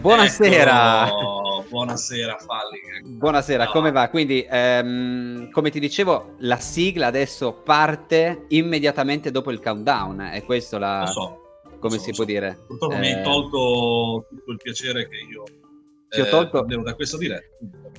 Buonasera. Buonasera Falli. Buonasera, come va? Quindi, come ti dicevo, la sigla adesso parte immediatamente dopo il countdown, è questo Lo so. può dire? Purtroppo mi hai tolto tutto il piacere che io ti ho tolto da questa diretta.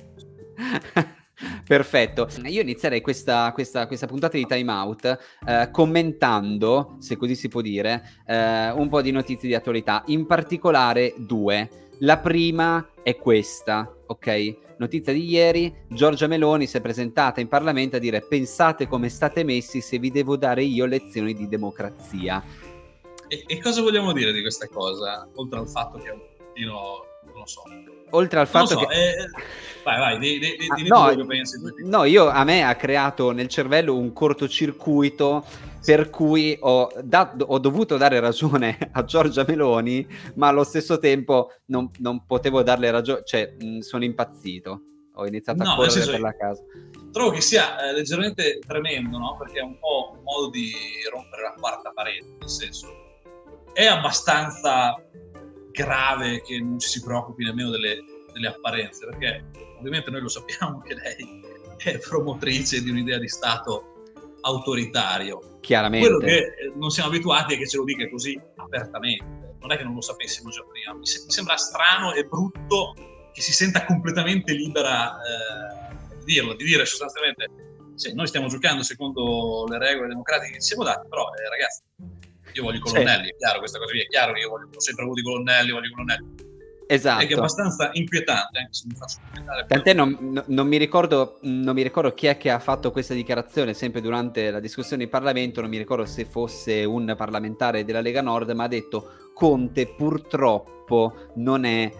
Perfetto. Io inizierei questa puntata di Time Out commentando, se così si può dire, un po' di notizie di attualità, in particolare due. La prima è questa, ok? Notizia di ieri: Giorgia Meloni si è presentata in Parlamento a dire: pensate come state messi se vi devo dare io lezioni di democrazia. E cosa vogliamo dire di questa cosa? Oltre al fatto che è un pochino, non lo so. Oltre al fatto che... Vai, dimmi quello che pensi. No, a me ha creato nel cervello un cortocircuito per cui ho dovuto dare ragione a Giorgia Meloni, ma allo stesso tempo non potevo darle ragione, cioè sono impazzito. Ho iniziato a correre per la casa. Trovo che sia leggermente tremendo, no? Perché è un po' un modo di rompere la quarta parete, nel senso, è abbastanza grave che non ci si preoccupi nemmeno delle apparenze, perché ovviamente noi lo sappiamo che lei è promotrice di un'idea di Stato autoritario. Chiaramente. Quello che non siamo abituati è che ce lo dica così apertamente, non è che non lo sapessimo già prima. Mi sembra strano e brutto che si senta completamente libera di dire sostanzialmente: sì, noi stiamo giocando secondo le regole democratiche che ci siamo dati, però ragazzi, io voglio i colonnelli, è chiaro, questa cosa qui è chiaro che io ho sempre avuto i colonnelli, voglio i colonnelli. Esatto. È che è abbastanza inquietante, anche se mi faccio inquietare. Tant'è non mi ricordo chi è che ha fatto questa dichiarazione, sempre durante la discussione in Parlamento, non mi ricordo se fosse un parlamentare della Lega Nord, ma ha detto: Conte purtroppo non è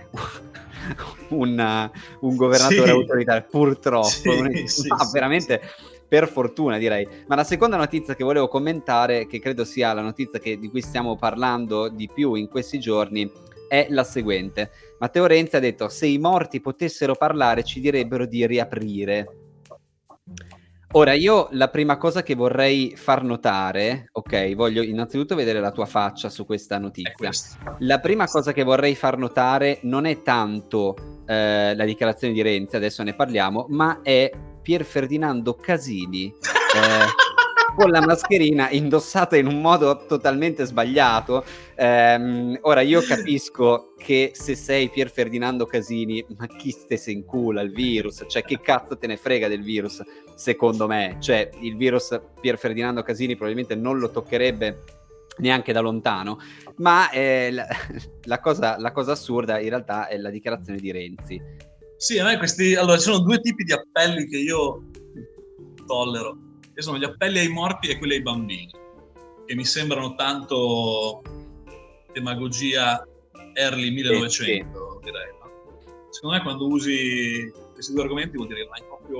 un governatore autoritario, purtroppo. Veramente... Per fortuna, direi. Ma la seconda notizia che volevo commentare, che credo sia la notizia di cui stiamo parlando di più in questi giorni, è la seguente. Matteo Renzi ha detto: se i morti potessero parlare ci direbbero di riaprire. Ora, io la prima cosa che vorrei far notare, ok, voglio innanzitutto vedere la tua faccia su questa notizia. La prima cosa che vorrei far notare non è tanto la dichiarazione di Renzi, adesso ne parliamo, ma è Pier Ferdinando Casini con la mascherina indossata in un modo totalmente sbagliato. Ora, io capisco che se sei Pier Ferdinando Casini, ma chi se in culo il virus? Cioè, che cazzo te ne frega del virus? Secondo me, cioè, il virus Pier Ferdinando Casini probabilmente non lo toccherebbe neanche da lontano, ma la cosa assurda in realtà è la dichiarazione di Renzi. Sì, a me allora, ci sono due tipi di appelli che io tollero, che sono gli appelli ai morti e quelli ai bambini, che mi sembrano tanto demagogia early 1900, direi. No? Secondo me quando usi questi due argomenti vuol dire che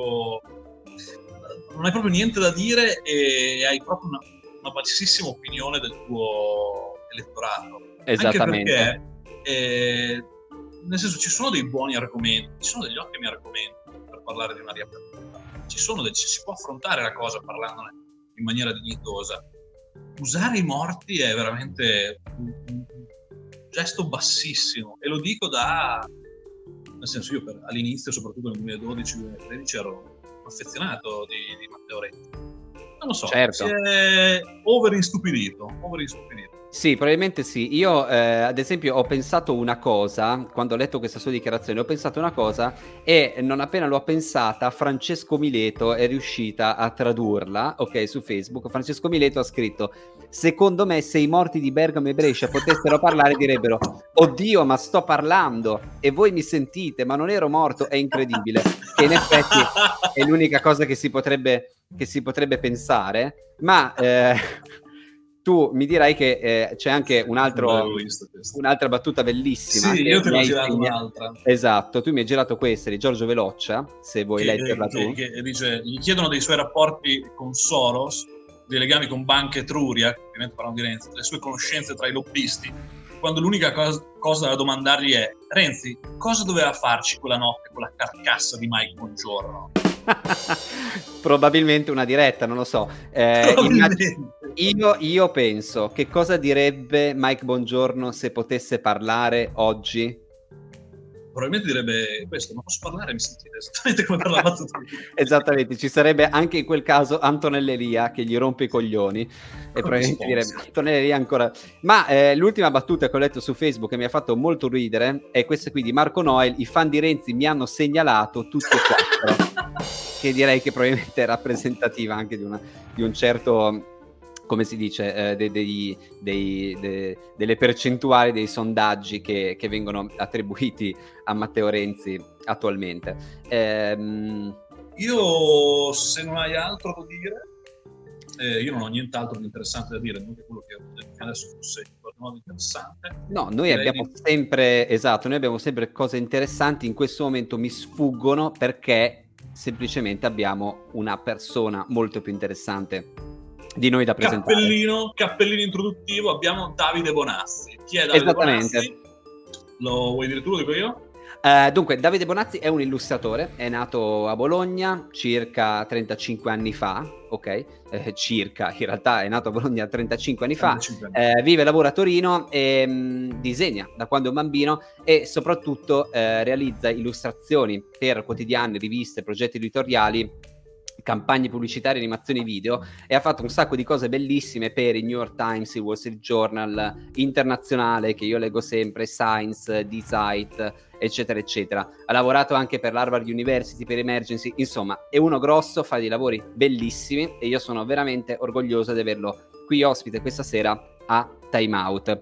non hai proprio niente da dire e hai proprio una bassissima opinione del tuo elettorato. Esattamente. Anche perché nel senso, ci sono dei buoni argomenti, ci sono degli ottimi argomenti per parlare di una riapertura, si può affrontare la cosa parlandone in maniera dignitosa. Usare i morti è veramente un gesto bassissimo, e lo dico nel senso, io all'inizio, soprattutto nel 2012-2013, ero affezionato di Matteo Renzi. Non lo so, certo. Si è overinstupidito. Sì, probabilmente sì. Io ad esempio ho pensato una cosa, quando ho letto questa sua dichiarazione, e non appena l'ho pensata, Francesco Mileto è riuscita a tradurla, ok, su Facebook. Francesco Mileto ha scritto: secondo me se i morti di Bergamo e Brescia potessero parlare direbbero: oddio, ma sto parlando e voi mi sentite, ma non ero morto, è incredibile. Che in effetti è l'unica cosa che si potrebbe pensare, ma tu mi dirai che c'è anche un'altra battuta bellissima. Sì, io te ne ho girato un'altra. Esatto, tu mi hai girato questa di Giorgio Veloccia, se vuoi leggerla tu. Che dice: gli chiedono dei suoi rapporti con Soros, dei legami con Banca Etruria, ovviamente parlando di Renzi, le sue conoscenze tra i lobbisti, quando l'unica cosa da domandargli è: Renzi, cosa doveva farci quella notte con la carcassa di Mike Bongiorno? Probabilmente una diretta, non lo so. Io penso, che cosa direbbe Mike Bongiorno se potesse parlare oggi? probabilmente direbbe questo, ma posso parlare? Mi sentite esattamente come per la battuta. Esattamente, ci sarebbe anche in quel caso Antonella Elia che gli rompe i coglioni e probabilmente direbbe Antonella Elia ancora. Ma l'ultima battuta che ho letto su Facebook che mi ha fatto molto ridere è questa qui di Marco Noel: i fan di Renzi mi hanno segnalato tutti e quattro, che direi che probabilmente è rappresentativa anche di un certo, come si dice, delle percentuali dei sondaggi che vengono attribuiti a Matteo Renzi attualmente. Io, se non hai altro da dire, io non ho nient'altro di interessante da dire, non che quello che ho detto adesso fosse in qualche modo interessante. No, noi abbiamo sempre cose interessanti. In questo momento mi sfuggono perché semplicemente abbiamo una persona molto più interessante di noi da presentare. Cappellino introduttivo, abbiamo Davide Bonazzi. Chi è Davide Bonazzi? Lo vuoi dire tu, lo dico io? Dunque, Davide Bonazzi è un illustratore, è nato a Bologna circa 35 anni fa, ok? Circa, in realtà è nato a Bologna 35 anni fa, vive e lavora a Torino e disegna da quando è un bambino e soprattutto realizza illustrazioni per quotidiani, riviste, progetti editoriali, campagne pubblicitarie, animazioni video, e ha fatto un sacco di cose bellissime per il New York Times, il Wall Street Journal, Internazionale, che io leggo sempre, Science, Die Zeit, eccetera eccetera. Ha lavorato anche per l'Harvard University, per Emergency, insomma è uno grosso, fa dei lavori bellissimi e io sono veramente orgoglioso di averlo qui ospite questa sera a Time Out.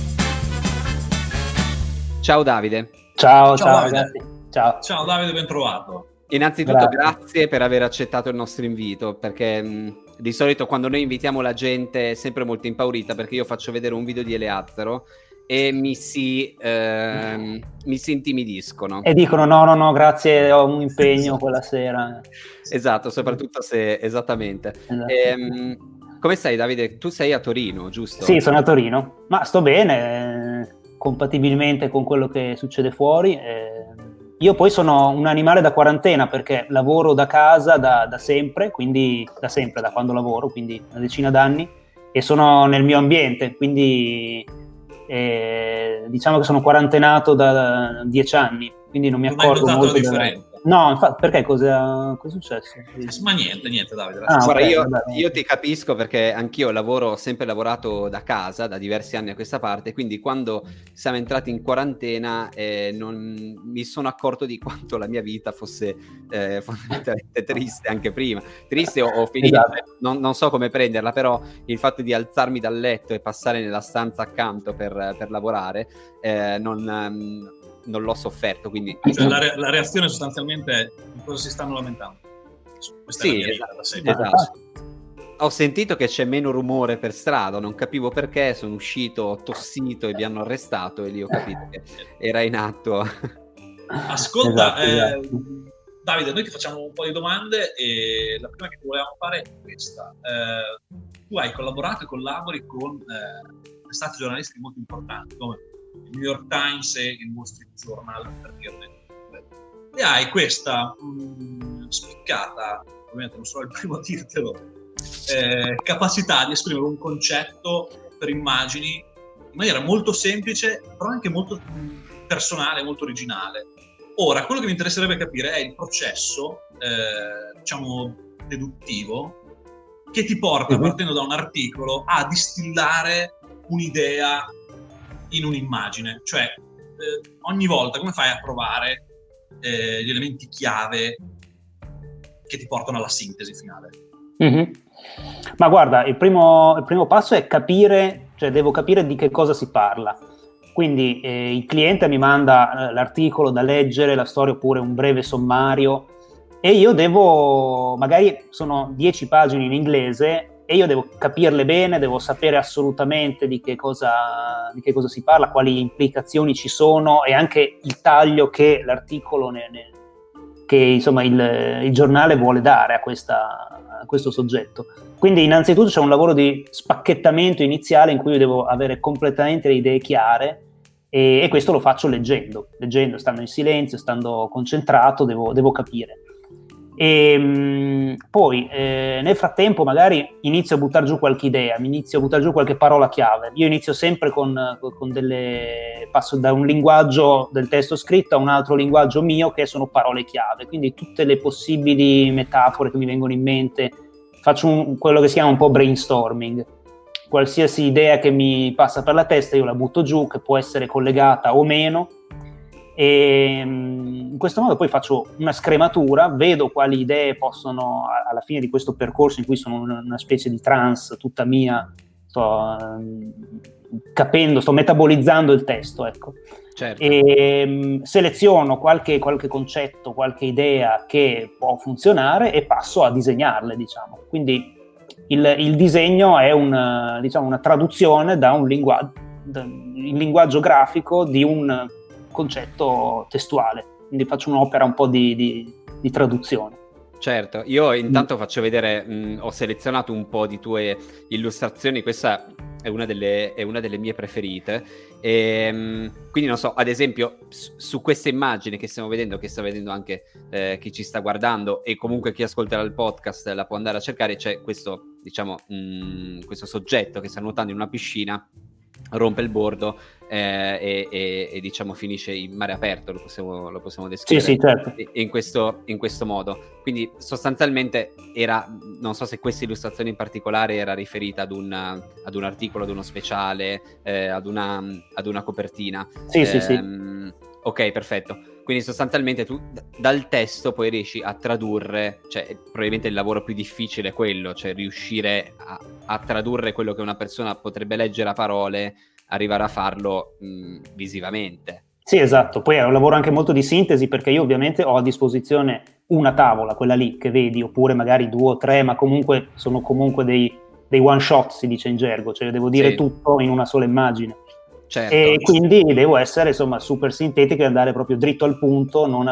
Ciao Davide. Ciao ragazzi. Ciao Davide, ben trovato. Innanzitutto grazie per aver accettato il nostro invito, perché di solito quando noi invitiamo la gente è sempre molto impaurita, perché io faccio vedere un video di Eleazzaro e mi si intimidiscono. E dicono no, grazie, ho un impegno quella sera. Esatto, soprattutto se... Esattamente. Esatto. Come stai Davide? Tu sei a Torino, giusto? Sì, sono a Torino, ma sto bene, compatibilmente con quello che succede fuori. Io poi sono un animale da quarantena perché lavoro da casa da sempre, quindi da quando lavoro, quindi una decina d'anni, e sono nel mio ambiente, quindi diciamo che sono quarantenato da 10 anni, quindi non mi accorgo molto differenza. No, infatti, perché cosa è successo? Ma niente Davide. Guarda, okay, io ti capisco perché anch'io ho sempre lavorato da casa da diversi anni a questa parte, quindi quando siamo entrati in quarantena non mi sono accorto di quanto la mia vita fosse fondamentalmente triste anche prima. Triste o finita, esatto. Non so come prenderla, però il fatto di alzarmi dal letto e passare nella stanza accanto per lavorare non l'ho sofferto, quindi cioè, la reazione sostanzialmente è di cosa si stanno lamentando. Questa è la mia vita da sempre. Esatto. Ho sentito che c'è meno rumore per strada, non capivo perché, sono uscito, ho tossito e mi hanno arrestato e lì ho capito che era in atto. Ascolta, esatto. Davide, noi ti facciamo un po' di domande e la prima che ti volevamo fare è questa. Tu hai collaborato e collabori con stati giornalisti molto importanti come il New York Times e il Wall Street Journal, per dirne. E hai questa spiccata, ovviamente non sono il primo a dirtelo, capacità di esprimere un concetto per immagini in maniera molto semplice, però anche molto personale, molto originale. Ora, quello che mi interesserebbe capire è il processo, diciamo, deduttivo, che ti porta, partendo da un articolo, a distillare un'idea in un'immagine. Cioè, ogni volta come fai a trovare gli elementi chiave che ti portano alla sintesi finale? Mm-hmm. Ma guarda, il primo passo è capire, cioè devo capire di che cosa si parla. Quindi il cliente mi manda l'articolo da leggere, la storia oppure un breve sommario, e io devo, magari sono 10 pagine in inglese e io devo capirle bene, devo sapere assolutamente di che cosa si parla, quali implicazioni ci sono e anche il taglio che l'articolo che insomma il giornale vuole dare a questo soggetto. Quindi innanzitutto c'è un lavoro di spacchettamento iniziale in cui io devo avere completamente le idee chiare e questo lo faccio leggendo, stando in silenzio, stando concentrato, devo capire. E poi nel frattempo magari inizio a buttare giù qualche idea, mi inizio a buttare giù qualche parola chiave. Io inizio sempre passo da un linguaggio del testo scritto a un altro linguaggio mio che sono parole chiave, quindi tutte le possibili metafore che mi vengono in mente, faccio quello che si chiama un po' brainstorming. Qualsiasi idea che mi passa per la testa io la butto giù, che può essere collegata o meno, e in questo modo poi faccio una scrematura, vedo quali idee possono, alla fine di questo percorso in cui sono una specie di trance tutta mia, sto metabolizzando il testo, ecco. Certo. E seleziono qualche concetto, qualche idea che può funzionare e passo a disegnarle, diciamo. Quindi il disegno è una traduzione da il linguaggio grafico di un concetto testuale, quindi faccio un'opera un po' di traduzione. Certo, io intanto faccio vedere, ho selezionato un po' di tue illustrazioni, questa è una delle mie preferite, quindi non so, ad esempio su questa immagine che stiamo vedendo, che sta vedendo anche chi ci sta guardando e comunque chi ascolterà il podcast la può andare a cercare, c'è questo, diciamo, questo soggetto che sta nuotando in una piscina, rompe il bordo e diciamo finisce in mare aperto, lo possiamo descrivere. Sì, certo. in questo modo. Quindi sostanzialmente non so se questa illustrazione in particolare era riferita ad un articolo, ad uno speciale, ad una copertina. Sì. Ok, perfetto. Quindi sostanzialmente tu dal testo poi riesci a tradurre, cioè probabilmente il lavoro più difficile è quello, cioè riuscire a tradurre quello che una persona potrebbe leggere a parole, arrivare a farlo visivamente. Sì, esatto. Poi è un lavoro anche molto di sintesi, perché io ovviamente ho a disposizione una tavola, quella lì che vedi, oppure magari 2 o 3, ma comunque sono dei one shot, si dice in gergo, cioè devo dire tutto in una sola immagine. Certo. E quindi devo essere insomma super sintetico e andare proprio dritto al punto, non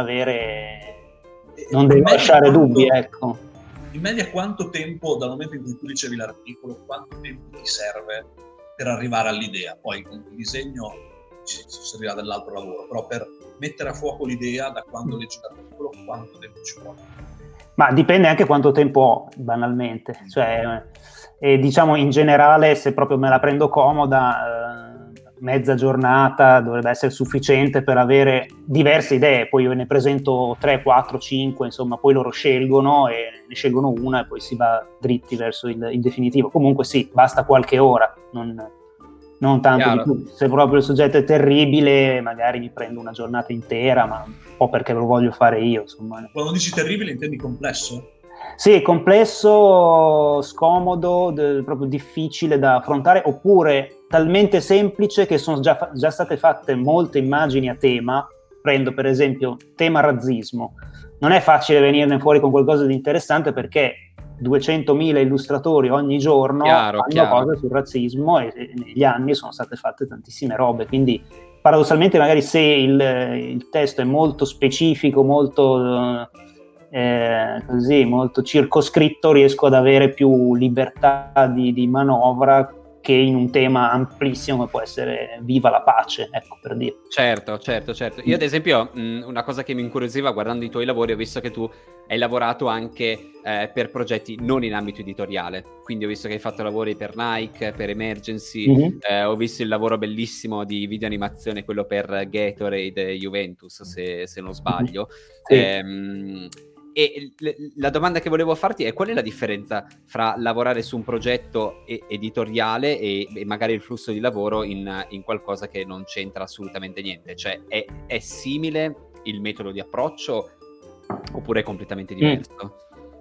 devo lasciare dubbi, ecco. In media quanto tempo, dal momento in cui tu ricevi l'articolo, quanto tempo ti serve per arrivare all'idea? Poi il disegno ci servirà dell'altro lavoro, però per mettere a fuoco l'idea, da quando leggi l'articolo, quanto tempo ci vuole? Ma dipende anche quanto tempo ho, banalmente. Cioè, diciamo in generale, se proprio me la prendo comoda, mezza giornata dovrebbe essere sufficiente per avere diverse idee. Poi io ne presento 3, 4, 5, insomma, poi loro scelgono e ne scelgono una e poi si va dritti verso il definitivo. Comunque sì, basta qualche ora, non tanto Chiaro. Di più. Se proprio il soggetto è terribile, magari mi prendo una giornata intera, ma un po' perché lo voglio fare io, insomma. Quando dici terribile intendi complesso? Sì, complesso, scomodo, proprio difficile da affrontare, oppure talmente semplice che sono già state fatte molte immagini a tema. Prendo per esempio tema razzismo. Non è facile venirne fuori con qualcosa di interessante, perché 200.000 illustratori ogni giorno fanno cose sul razzismo e negli anni sono state fatte tantissime robe, quindi paradossalmente magari se il testo è molto specifico, molto molto circoscritto, riesco ad avere più libertà di manovra che in un tema amplissimo come può essere viva la pace, ecco, per dire. Certo. Io ad esempio una cosa che mi incuriosiva guardando i tuoi lavori, ho visto che tu hai lavorato anche per progetti non in ambito editoriale, quindi ho visto che hai fatto lavori per Nike, per Emergency, ho visto il lavoro bellissimo di video animazione, quello per Gatorade Juventus, se non sbaglio. Sì. E la domanda che volevo farti è: qual è la differenza fra lavorare su un progetto editoriale e magari il flusso di lavoro in qualcosa che non c'entra assolutamente niente? Cioè è simile il metodo di approccio oppure è completamente diverso?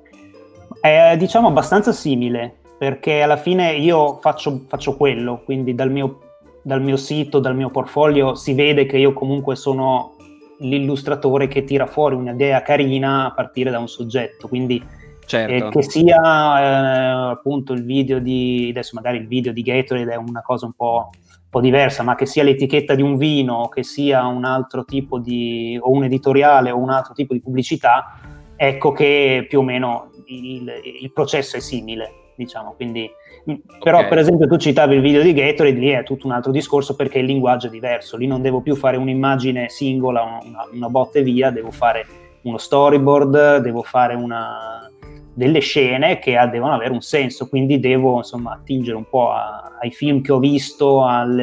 È diciamo abbastanza simile, perché alla fine io faccio quello, quindi dal mio sito, dal mio portfolio si vede che io comunque sono l'illustratore che tira fuori un'idea carina a partire da un soggetto, quindi che sia appunto il video adesso magari il video di Gatorade è una cosa un po' diversa, ma che sia l'etichetta di un vino, che sia un altro tipo o un editoriale o un altro tipo di pubblicità, ecco che più o meno il processo è simile, diciamo. Quindi però per esempio tu citavi il video di Gatorade, lì è tutto un altro discorso perché il linguaggio è diverso, lì non devo più fare un'immagine singola, una botta e via, devo fare uno storyboard, devo fare delle scene che devono avere un senso, quindi devo insomma attingere un po' ai film che ho visto,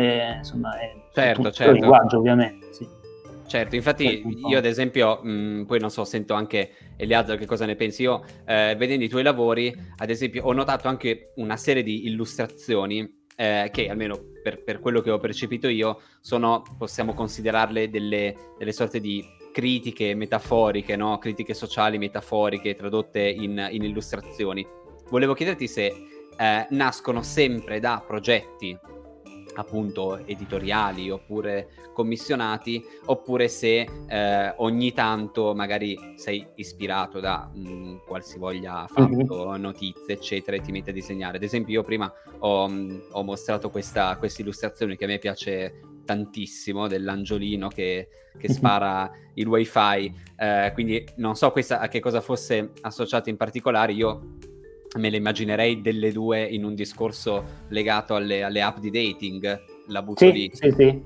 certo. il linguaggio ovviamente, sì. Certo, infatti io ad esempio, poi non so, sento anche Eliazar che cosa ne pensi. Io vedendo i tuoi lavori, ad esempio, ho notato anche una serie di illustrazioni che almeno per quello che ho percepito io possiamo considerarle delle sorte di critiche metaforiche, no? Critiche sociali metaforiche tradotte in illustrazioni. Volevo chiederti se nascono sempre da progetti appunto editoriali oppure commissionati, oppure se ogni tanto magari sei ispirato da qualsivoglia fatto, notizie eccetera, e ti metti a disegnare. Ad esempio io prima ho mostrato questa illustrazione che a me piace tantissimo, dell'angiolino che spara il wifi, quindi non so questa a che cosa fosse associata in particolare. Io me le immaginerei delle due in un discorso legato alle app di dating, la butto lì. Sì.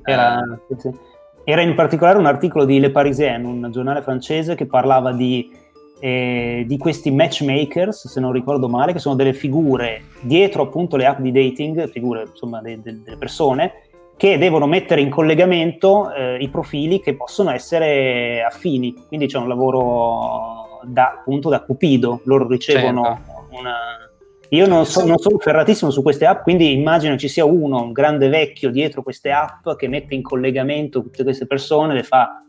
Era in particolare un articolo di Le Parisien, un giornale francese, che parlava di questi matchmakers, se non ricordo male, che sono delle figure dietro appunto le app di dating, figure insomma delle persone che devono mettere in collegamento i profili che possono essere affini, quindi c'è un lavoro da Cupido, loro ricevono... Certo. Io non sono ferratissimo su queste app, quindi immagino ci sia un grande vecchio dietro queste app che mette in collegamento tutte queste persone, le fa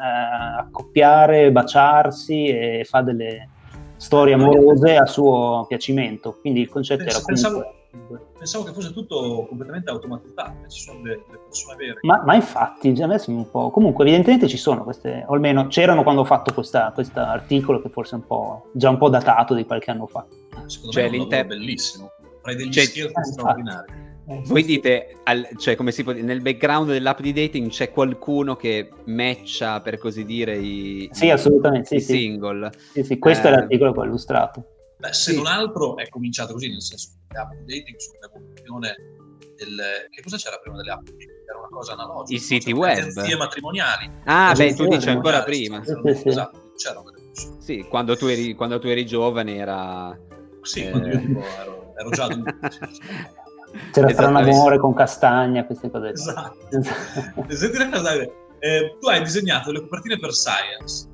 accoppiare, baciarsi e fa delle storie amorose a suo piacimento. Quindi il concetto era comunque... Pensavo che fosse tutto completamente automatizzato, ci sono delle persone vere. Ma infatti, adesso un po'... Comunque, evidentemente ci sono queste, o almeno c'erano quando ho fatto questo articolo, che forse è già un po' datato di qualche anno fa. Secondo me è un lavoro bellissimo, fai degli scherzi straordinari. Voi dite, cioè come si può dire, nel background dell'app di dating c'è qualcuno che matcha, per così dire, assolutamente, i single. Sì, questo è l'articolo che ho illustrato. Beh, se non altro è cominciato così, nel senso che le app di dating sono un'evoluzione che cosa c'era prima delle app? Era una cosa analogica. I siti web. Le agenzie matrimoniali. Tu dici ancora prima. Esatto, c'erano delle persone. Sì, quando tu eri giovane era... Sì, quando io ero già adulto. C'era Strano Amore con Castagna, queste cose. Esatto. Senti una cosa, tu hai disegnato le copertine per Science.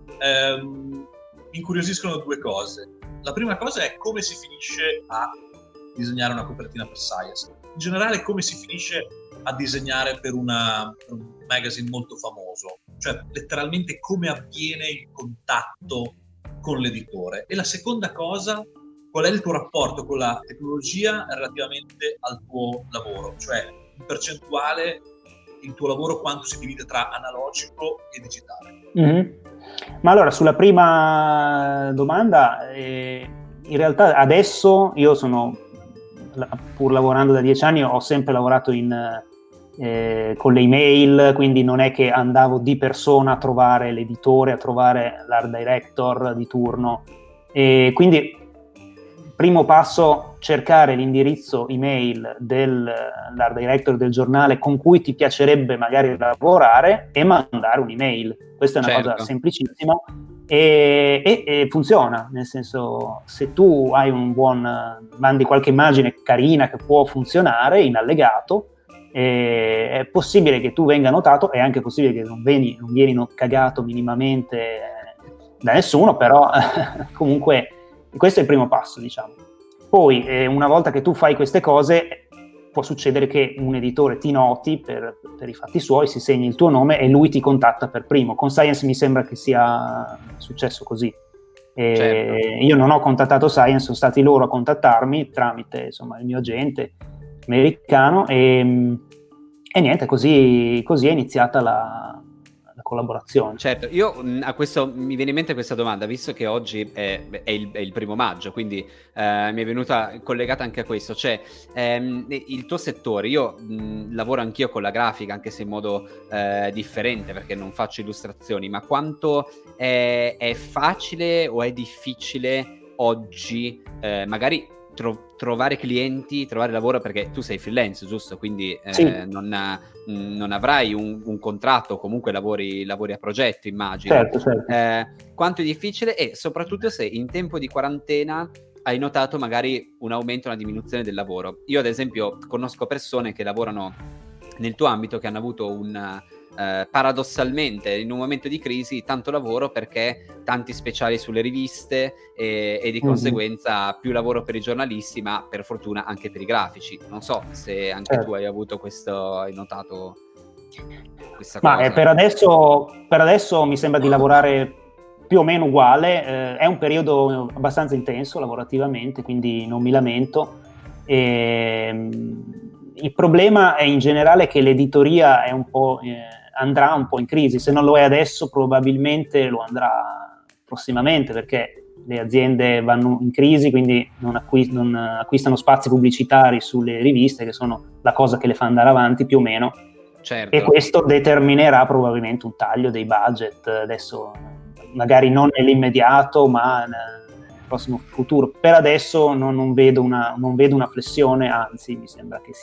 Incuriosiscono due cose. La prima cosa è come si finisce a disegnare una copertina per Science. In generale, come si finisce a disegnare per un magazine molto famoso. Cioè, letteralmente, come avviene il contatto con l'editore. E la seconda cosa, qual è il tuo rapporto con la tecnologia relativamente al tuo lavoro? Cioè, in percentuale, il tuo lavoro quanto si divide tra analogico e digitale? Mm-hmm. Ma allora, sulla prima domanda, in realtà adesso io pur lavorando da 10 anni, ho sempre lavorato con le email, quindi non è che andavo di persona a trovare l'editore, a trovare l'art director di turno. E quindi, primo passo, cercare l'indirizzo email dell'art director del giornale con cui ti piacerebbe magari lavorare e mandare un'email. Questa è una cosa semplicissima e funziona, nel senso, se tu hai mandi qualche immagine carina che può funzionare in allegato, è possibile che tu venga notato, è anche possibile che non vieni cagato minimamente da nessuno, però comunque questo è il primo passo, diciamo. Poi una volta che tu fai queste cose, può succedere che un editore ti noti per i fatti suoi, si segni il tuo nome e lui ti contatta per primo. Con Science mi sembra che sia successo così. Certo. Io non ho contattato Science, sono stati loro a contattarmi tramite il mio agente americano e niente, così è iniziata la collaborazione. Certo, io a questo mi viene in mente questa domanda, visto che oggi è il 1° maggio, quindi mi è venuta collegata anche a questo, cioè il tuo settore, io lavoro anch'io con la grafica, anche se in modo differente, perché non faccio illustrazioni, ma quanto è facile o è difficile oggi, magari trovare clienti, trovare lavoro, perché tu sei freelance, giusto? Quindi Sì. non avrai un contratto, comunque lavori a progetto, immagino. Certo. Quanto è difficile, e soprattutto se in tempo di quarantena hai notato magari un aumento, una diminuzione del lavoro. Io ad esempio conosco persone che lavorano nel tuo ambito, che hanno avuto paradossalmente in un momento di crisi tanto lavoro, perché tanti speciali sulle riviste e di conseguenza più lavoro per i giornalisti, ma per fortuna anche per i grafici. Non so se anche tu hai avuto questo, hai notato questa cosa. Ma per adesso mi sembra di lavorare più o meno uguale, è un periodo abbastanza intenso lavorativamente, quindi non mi lamento. Il problema è in generale che l'editoria è andrà un po' in crisi. Se non lo è adesso, probabilmente lo andrà prossimamente, perché le aziende vanno in crisi, quindi non acquistano spazi pubblicitari sulle riviste, che sono la cosa che le fa andare avanti più o meno. Certo. E questo determinerà probabilmente un taglio dei budget, adesso magari non nell'immediato, ma nel prossimo futuro. Per adesso non vedo una flessione, anzi mi sembra che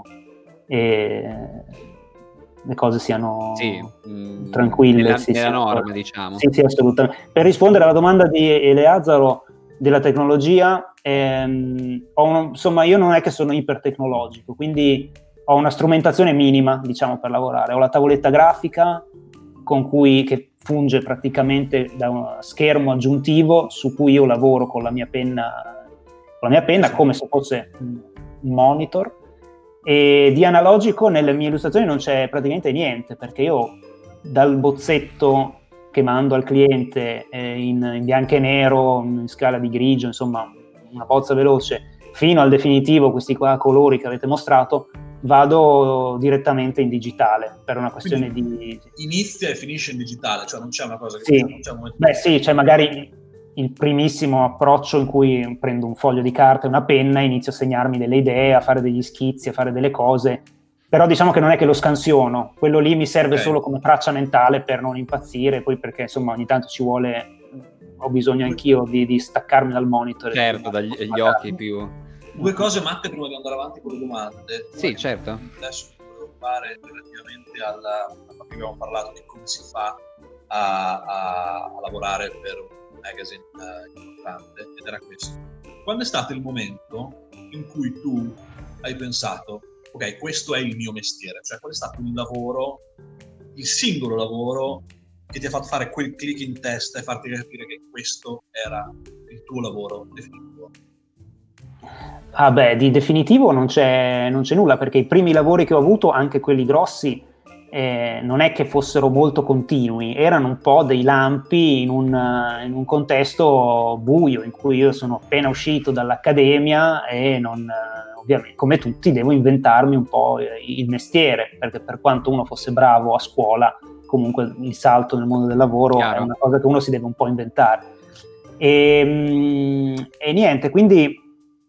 le cose siano tranquille nella norma, diciamo. Sì, assolutamente. Per rispondere alla domanda di Eleazaro della tecnologia, insomma, io non è che sono ipertecnologico, quindi ho una strumentazione minima, diciamo, per lavorare. Ho la tavoletta grafica che funge praticamente da uno schermo aggiuntivo su cui io lavoro con la mia penna come se fosse un monitor, e di analogico nelle mie illustrazioni non c'è praticamente niente, perché io dal bozzetto che mando al cliente in bianco e nero, in scala di grigio, insomma una bozza veloce, fino al definitivo, questi qua colori che avete mostrato, vado direttamente in digitale per una questione di... Inizia e finisce in digitale, cioè non c'è una cosa che... Sì. Non c'è un momento... Beh sì, c'è magari il primissimo approccio in cui prendo un foglio di carta e una penna e inizio a segnarmi delle idee, a fare degli schizzi, a fare delle cose, però diciamo che non è che lo scansiono, quello lì mi serve solo come traccia mentale per non impazzire, poi perché insomma ogni tanto ho bisogno anch'io di staccarmi dal monitor. Certo, dagli occhi più... Due cose, Matte, prima di andare avanti con le domande. Sì, certo. Adesso volevo fare relativamente perché abbiamo parlato di come si fa a lavorare per un magazine importante, ed era questo. Quando è stato il momento in cui tu hai pensato, ok, questo è il mio mestiere? Cioè, qual è stato il singolo lavoro che ti ha fatto fare quel click in testa e farti capire che questo era il tuo lavoro definitivo? Ah beh, di definitivo non c'è nulla, perché i primi lavori che ho avuto, anche quelli grossi, non è che fossero molto continui, erano un po' dei lampi in un contesto buio, in cui io sono appena uscito dall'accademia e ovviamente, come tutti, devo inventarmi un po' il mestiere, perché per quanto uno fosse bravo a scuola, comunque il salto nel mondo del lavoro è una cosa che uno si deve un po' inventare. E niente, quindi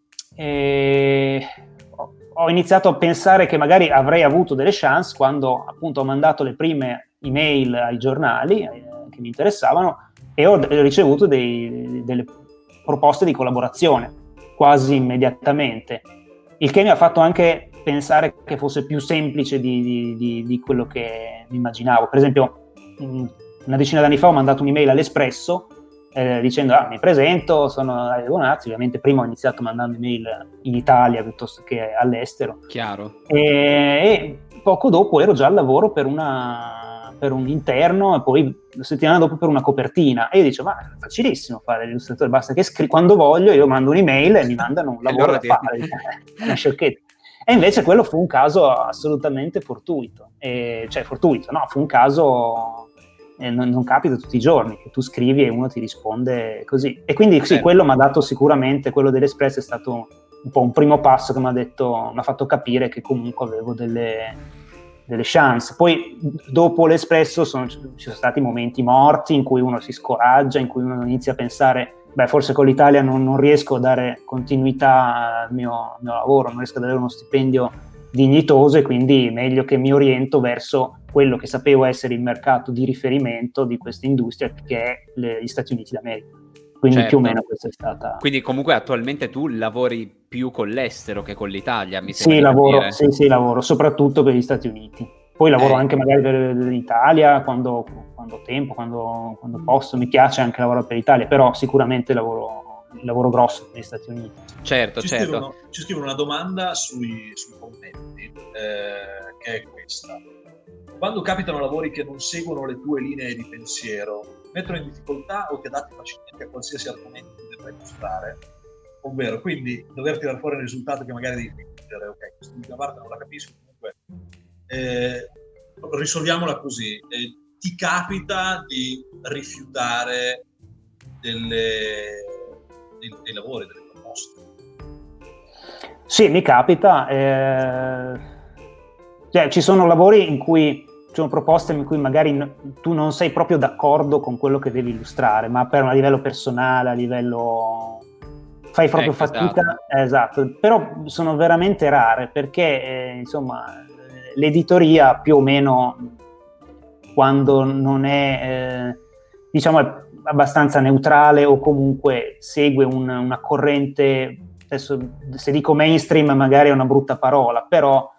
ho iniziato a pensare che magari avrei avuto delle chance quando appunto ho mandato le prime email ai giornali che mi interessavano, e ho ricevuto delle proposte di collaborazione quasi immediatamente, il che mi ha fatto anche pensare che fosse più semplice di quello che mi immaginavo. Per esempio, una decina d'anni fa ho mandato un'email all'Espresso dicendo mi presento, sono Dario Bonazzi. Ovviamente prima ho iniziato mandando email in Italia piuttosto che all'estero. Chiaro. E poco dopo ero già al lavoro per un interno, e poi la settimana dopo per una copertina, e io dicevo, ma è facilissimo fare l'illustratore, basta che quando voglio io mando un'email e mi mandano un lavoro da fare. Una sciocchezza. E invece quello fu un caso assolutamente fortuito, fu un caso... Non capita tutti i giorni che tu scrivi e uno ti risponde così, e quindi sì, quello mi ha dato sicuramente, quello dell'Espresso è stato un po' un primo passo che mi ha fatto capire che comunque avevo delle chance. Poi dopo l'Espresso ci sono stati momenti morti in cui uno si scoraggia, in cui uno inizia a pensare forse con l'Italia non riesco a dare continuità al mio lavoro, non riesco ad avere uno stipendio dignitoso, e quindi meglio che mi oriento verso quello che sapevo essere il mercato di riferimento di questa industria, che è gli Stati Uniti d'America. Quindi certo. più o meno questa è stata... Quindi comunque attualmente tu lavori più con l'estero che con l'Italia, mi Sì, sembra di capire. sì, lavoro soprattutto per gli Stati Uniti. Poi lavoro anche magari per l'Italia quando ho tempo, quando posso. Mi piace anche lavorare per l'Italia, però sicuramente lavoro grosso per gli Stati Uniti. Certo, ci scrivono una domanda sui commenti, che è questa. Quando capitano lavori che non seguono le tue linee di pensiero, mettono in difficoltà o ti adatti facilmente a qualsiasi argomento che debba illustrare? Ovvero, quindi dover tirare fuori il risultato che magari devi dire, ok, questa parte non la capisco, comunque risolviamola così. Ti capita di rifiutare dei lavori, delle proposte? Sì, mi capita. Cioè, ci sono lavori in cui ci sono proposte in cui magari tu non sei proprio d'accordo con quello che devi illustrare, ma a livello personale, a livello... fai proprio fatica. Esatto. Però sono veramente rare perché, insomma, l'editoria più o meno, quando non è, diciamo, è abbastanza neutrale o comunque segue una corrente, adesso se dico mainstream magari è una brutta parola, però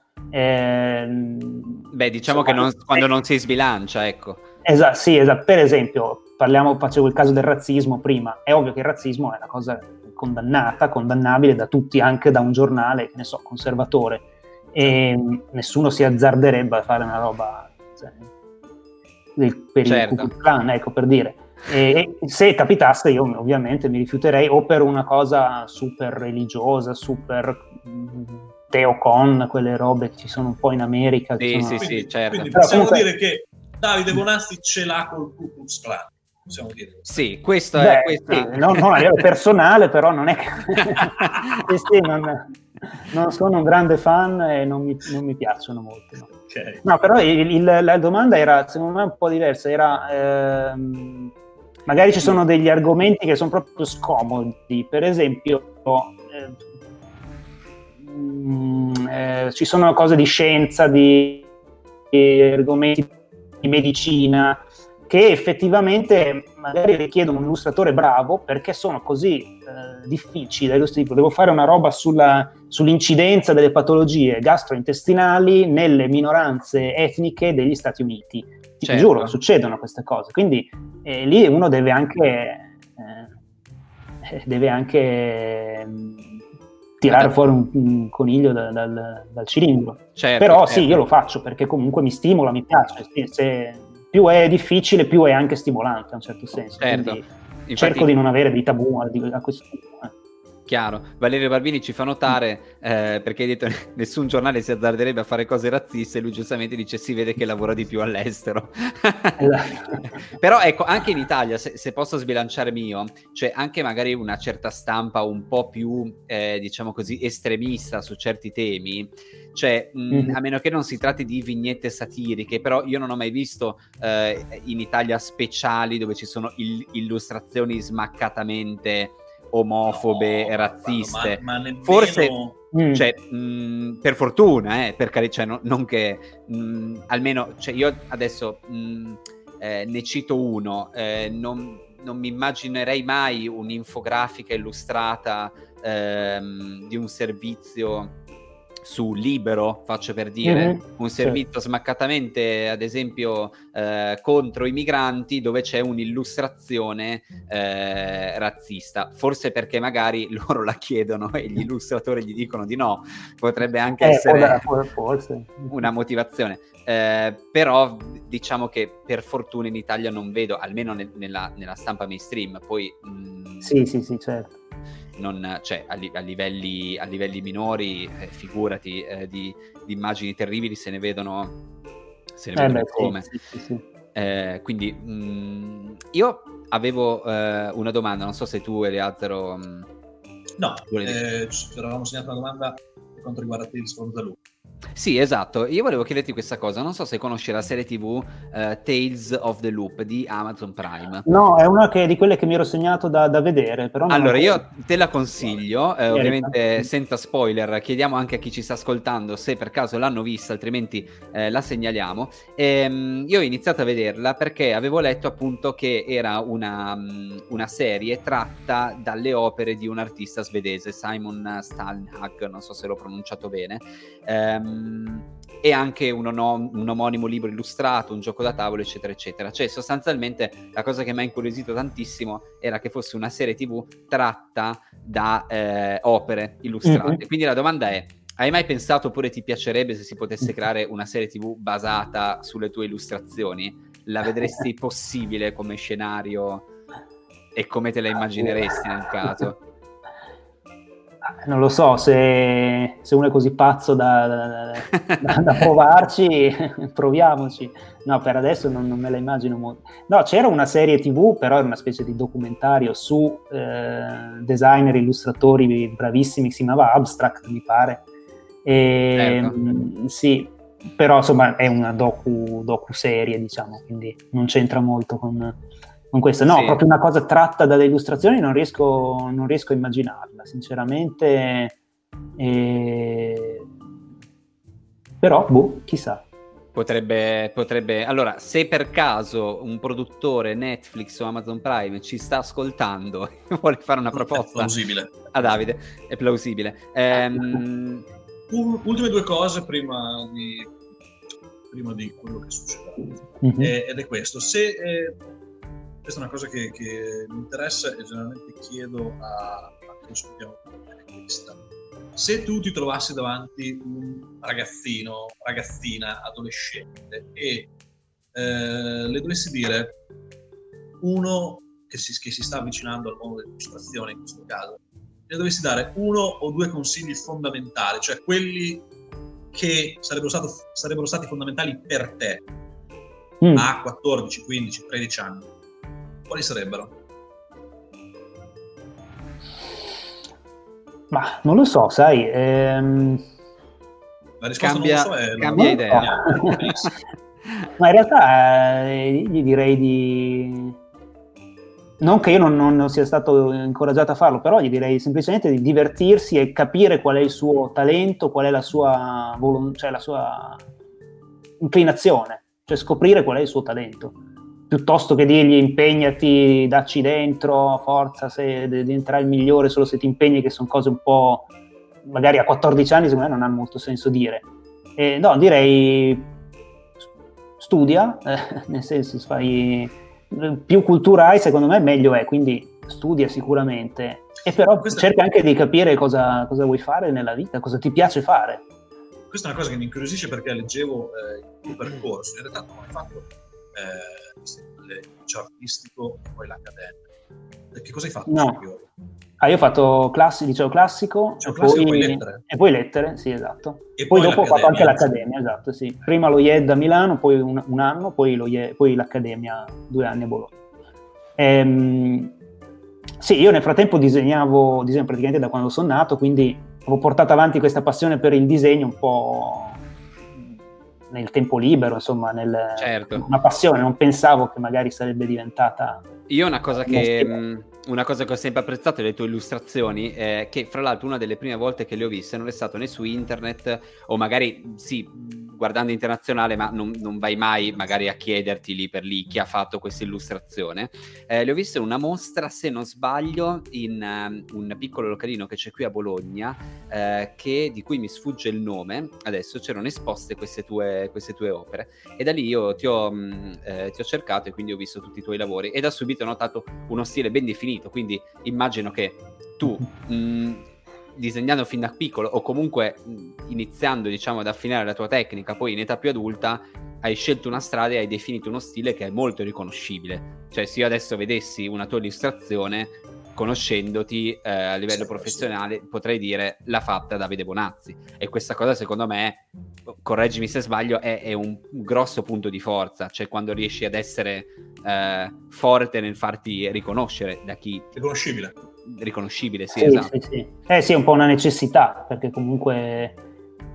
diciamo insomma, che quando non si sbilancia, ecco. Esatto, sì, esatto. Per esempio, facevo il caso del razzismo prima. È ovvio che il razzismo è una cosa condannabile da tutti, anche da un giornale, che ne so, conservatore, e nessuno si azzarderebbe a fare una roba per il Ku Klux Klan, ecco, per dire. E se capitasse io ovviamente mi rifiuterei, o per una cosa super religiosa, super teocon, quelle robe che ci sono un po' in America. Sì, certo. Quindi possiamo dire che Davide Bonasti ce l'ha col Ku Klux Klan, possiamo dire. Sì, questo è... Sì, non a livello personale, però non è che... sì, non sono un grande fan e non mi piacciono molto. No, okay. No, però la domanda era, secondo me, un po' diversa. Era... magari ci sono degli argomenti che sono proprio scomodi. Per esempio... ci sono cose di scienza, di argomenti di medicina che effettivamente magari richiedono un illustratore bravo perché sono così difficili da illustrare. Devo fare una roba sull'incidenza delle patologie gastrointestinali nelle minoranze etniche degli Stati Uniti. Ti giuro, succedono queste cose. Quindi lì uno deve anche tirare fuori un coniglio dal cilindro. Però sì, io lo faccio perché comunque mi stimola, mi piace. Se più è difficile, più è anche stimolante a un certo senso. Quindi cerco di non avere dei tabù a questo punto. Chiaro. Valerio Barbini ci fa notare, perché hai detto nessun giornale si azzarderebbe a fare cose razziste, e lui giustamente dice si vede che lavora di più all'estero. Esatto. Però ecco, anche in Italia, se posso sbilanciarmi io, c'è anche magari una certa stampa un po' più, diciamo così, estremista su certi temi, cioè a meno che non si tratti di vignette satiriche, però io non ho mai visto in Italia speciali dove ci sono illustrazioni smaccatamente omofobe e razziste. Ma nemmeno... Forse cioè, per fortuna, per carità, cioè, non che almeno, cioè, io adesso ne cito uno, non mi immaginerei mai un'infografica illustrata di un servizio su Libero, faccio per dire, un servizio smaccatamente, ad esempio, contro i migranti, dove c'è un'illustrazione razzista, forse perché magari loro la chiedono e gli illustratori gli dicono di no, potrebbe anche essere forse una motivazione, però diciamo che per fortuna in Italia non vedo, almeno nella stampa mainstream, poi sì, certo. Cioè, a livelli minori, figurati, di immagini terribili se ne vedono come. Sì. Quindi io avevo una domanda, non so se tu, Eleazaro... No, ci eravamo segnati una domanda per quanto riguarda te, Sfronzalù. Sì, esatto. Io volevo chiederti questa cosa. Non so se conosci la serie TV Tales of the Loop di Amazon Prime. No, è una di quelle che mi ero segnato da vedere, però non Allora, ancora... io te la consiglio, ovviamente senza spoiler. Chiediamo anche a chi ci sta ascoltando se per caso l'hanno vista, altrimenti la segnaliamo. Io ho iniziato a vederla perché avevo letto appunto che era una serie tratta dalle opere di un artista svedese, Simon Stalnhag, non so se l'ho pronunciato bene, e anche un omonimo libro illustrato, un gioco da tavolo, eccetera, eccetera. Cioè, sostanzialmente, la cosa che mi ha incuriosito tantissimo era che fosse una serie TV tratta da opere illustrate. Mhm. Quindi la domanda è: hai mai pensato, oppure ti piacerebbe se si potesse creare una serie TV basata sulle tue illustrazioni? La vedresti possibile come scenario e come te la immagineresti nel caso? Non lo so, se uno è così pazzo da provarci, proviamoci. No, per adesso non me la immagino molto. No, c'era una serie TV, però era una specie di documentario su designer, illustratori bravissimi, che si chiamava Abstract, mi pare. Sì, però insomma è una docu-serie, diciamo, quindi non c'entra molto con questo. No, sì. Proprio una cosa tratta dalle illustrazioni non riesco a immaginarla, sinceramente. Però, chissà. Potrebbe. Allora, se per caso un produttore Netflix o Amazon Prime ci sta ascoltando e vuole fare una proposta, è plausibile. A Davide, è plausibile. Ultime due cose prima di quello che succederà. Mm-hmm. Ed è questo. Questa è una cosa che mi interessa e generalmente chiedo a chi ospitiamo questa. Se tu ti trovassi davanti un ragazzino, ragazzina, adolescente e le dovessi dire, uno che si sta avvicinando al mondo dell'illustrazione in questo caso, le dovessi dare uno o due consigli fondamentali, cioè quelli che sarebbero stati fondamentali per te a 14, 15, 13 anni, quali sarebbero? Ma non lo so, sai. La risposta cambia idea. Ma in realtà gli direi di... Non che io non sia stato incoraggiato a farlo, però gli direi semplicemente di divertirsi e capire qual è il suo talento, qual è la sua cioè la sua inclinazione, cioè scoprire qual è il suo talento, piuttosto che dirgli impegnati, dacci dentro, forza, se diventerai il migliore solo se ti impegni, che sono cose un po', magari a 14 anni secondo me non hanno molto senso dire. No, direi studia, nel senso fai... più cultura hai, secondo me meglio è, quindi studia sicuramente, e però cerca anche di capire cosa vuoi fare nella vita, cosa ti piace fare. Questa è una cosa che mi incuriosisce perché leggevo il tuo percorso, in realtà tu hai fatto il liceo artistico e poi l'accademia. Che cosa hai fatto? No. Io ho fatto liceo classico, e poi lettere, sì, esatto. E poi dopo ho fatto anche l'accademia, esatto, sì. Prima lo IED a Milano, poi un anno, poi l'accademia 2 anni a Bologna. Sì, io nel frattempo disegno praticamente da quando sono nato, quindi ho portato avanti questa passione per il disegno un po' nel tempo libero, insomma, certo. Una passione, non pensavo che magari sarebbe diventata... Io una cosa che ho sempre apprezzato delle tue illustrazioni è che, fra l'altro, una delle prime volte che le ho viste non è stato né su internet, o magari sì, guardando internazionale, ma non vai mai magari a chiederti lì per lì chi ha fatto questa illustrazione. Le ho viste in una mostra, se non sbaglio, in un piccolo localino che c'è qui a Bologna, di cui mi sfugge il nome adesso. C'erano esposte queste tue opere, e da lì io ti ho cercato, e quindi ho visto tutti i tuoi lavori, e da subito ho notato uno stile ben definito, quindi immagino che tu disegnando fin da piccolo, o comunque iniziando, diciamo, ad affinare la tua tecnica poi in età più adulta, hai scelto una strada e hai definito uno stile che è molto riconoscibile. Cioè, se io adesso vedessi una tua illustrazione, conoscendoti a livello professionale, potrei dire l'ha fatta Davide Bonazzi, e questa cosa, secondo me, correggimi se sbaglio, è un grosso punto di forza, cioè quando riesci ad essere forte nel farti riconoscere da chi... Riconoscibile, sì, esatto. Sì. Sì, è un po' una necessità, perché comunque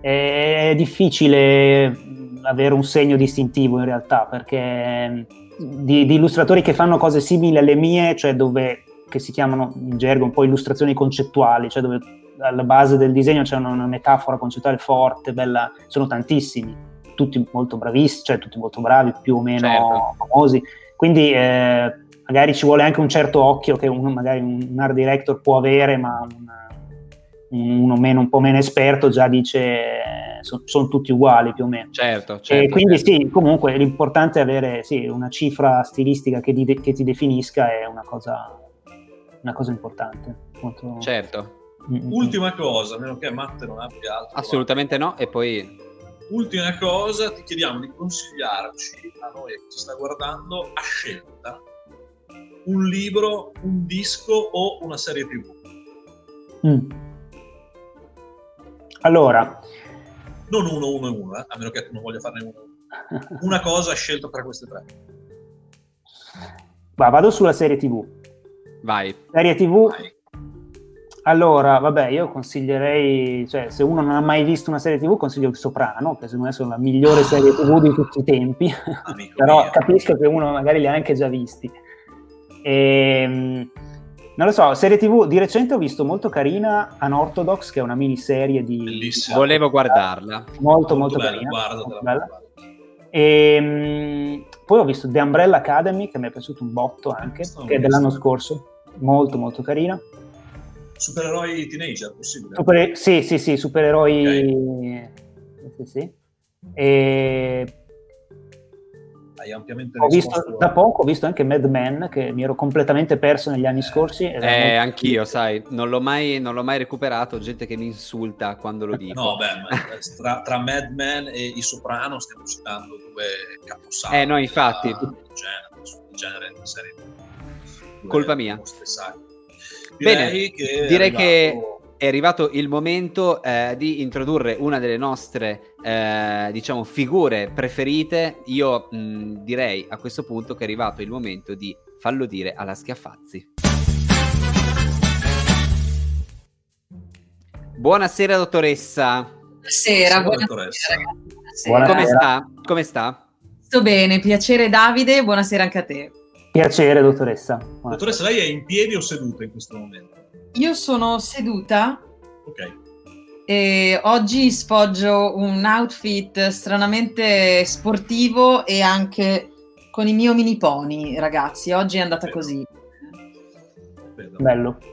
è difficile avere un segno distintivo in realtà, perché di illustratori che fanno cose simili alle mie, cioè che si chiamano in gergo un po' illustrazioni concettuali, cioè dove alla base del disegno c'è una metafora concettuale forte, bella, sono tantissimi, tutti molto bravissimi, cioè tutti molto bravi, più o meno famosi, quindi magari ci vuole anche un certo occhio che magari un art director può avere, ma uno un po' meno esperto già dice sono tutti uguali più o meno. Certo. E quindi sì, comunque l'importante è avere una cifra stilistica che ti definisca, è una cosa importante. Molto... Certo. Ultima cosa, a meno che Matte non abbia altro. Assolutamente no, e poi... Ultima cosa, ti chiediamo di consigliarci a noi che ci sta guardando a scelta un libro, un disco o una serie TV. Allora, non uno, a meno che tu non voglia farne uno. Una cosa scelta tra queste tre. Vado sulla serie TV. Vai. Serie TV. Vai. Allora, vabbè, io consiglierei, cioè, se uno non ha mai visto una serie TV, consiglio Il Soprano, che secondo me sono la migliore serie TV di tutti i tempi. Però mio, capisco che uno magari li ha anche già visti. Non lo so, serie TV di recente ho visto molto carina Unorthodox, che è una miniserie di... Bellissima. Volevo guardarla. Molto carina. Molto bella. Poi ho visto The Umbrella Academy, che mi è piaciuto un botto anche, che è dell'anno scorso. Molto carina. Supereroi teenager, possibile? Sì, supereroi... Okay. Sì. Hai ampiamente da poco ho visto anche Mad Men, che mi ero completamente perso negli anni scorsi. Anch'io, sai, non l'ho mai recuperato, gente che mi insulta quando lo dico. No, ma tra Mad Men e I Soprano stiamo citando due caposaldi. No, infatti. Di genere di serie. Colpa mia. Direi che è arrivato il momento di introdurre una delle nostre figure preferite. Io direi a questo punto che è arrivato il momento di farlo dire alla Schiaffazzi. Buonasera dottoressa. Buonasera. Come sta? Sto bene, piacere Davide, buonasera anche a te. Piacere dottoressa. Dottoressa, lei è in piedi o seduta in questo momento? Io sono seduta. Ok. E oggi sfoggio un outfit stranamente sportivo e anche con il mio mini pony, ragazzi. Oggi è andata così. Bello.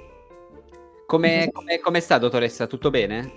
Come sta, dottoressa? Tutto bene?